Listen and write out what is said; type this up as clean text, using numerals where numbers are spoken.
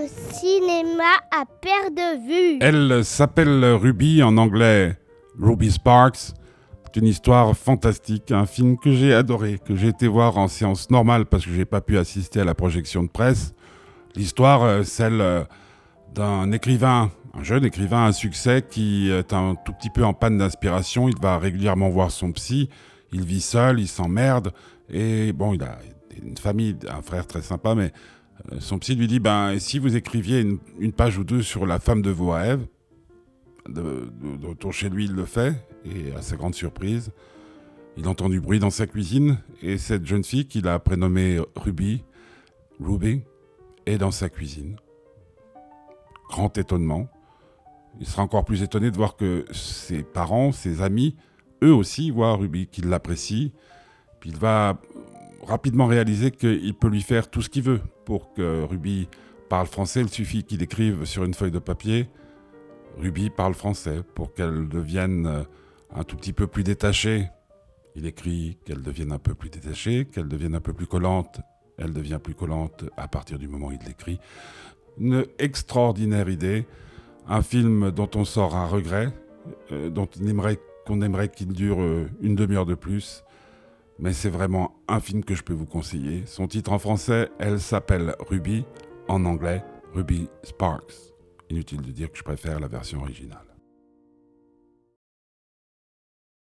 au cinéma à perte de vue. Elle s'appelle Ruby, en anglais Ruby Sparks. C'est une histoire fantastique, un film que j'ai adoré, que j'ai été voir en séance normale parce que j'ai pas pu assister à la projection de presse. L'histoire, celle d'un écrivain, un jeune écrivain à succès qui est un tout petit peu en panne d'inspiration. Il va régulièrement voir son psy, il vit seul, il s'emmerde, et bon, il a une famille, un frère très sympa, mais son psy lui dit, et si vous écriviez une page ou deux sur la femme de vos rêves, de retour chez lui, il le fait, et à sa grande surprise, il entend du bruit dans sa cuisine, et cette jeune fille qu'il a prénommée Ruby, est dans sa cuisine. Grand étonnement. Il sera encore plus étonné de voir que ses parents, ses amis, eux aussi voient Ruby, qu'ils l'apprécient. Puis il va rapidement réaliser qu'il peut lui faire tout ce qu'il veut pour que Ruby parle français. Il suffit qu'il écrive sur une feuille de papier « Ruby parle français » pour qu'elle devienne un tout petit peu plus détachée. Il écrit qu'elle devienne un peu plus détachée, qu'elle devienne un peu plus collante. Elle devient plus collante à partir du moment où il l'écrit. Une extraordinaire idée, un film dont on sort un regret, dont qu'on aimerait qu'il dure une demi-heure de plus. Mais c'est vraiment un film que je peux vous conseiller. Son titre en français, elle s'appelle Ruby, en anglais, Ruby Sparks. Inutile de dire que je préfère la version originale.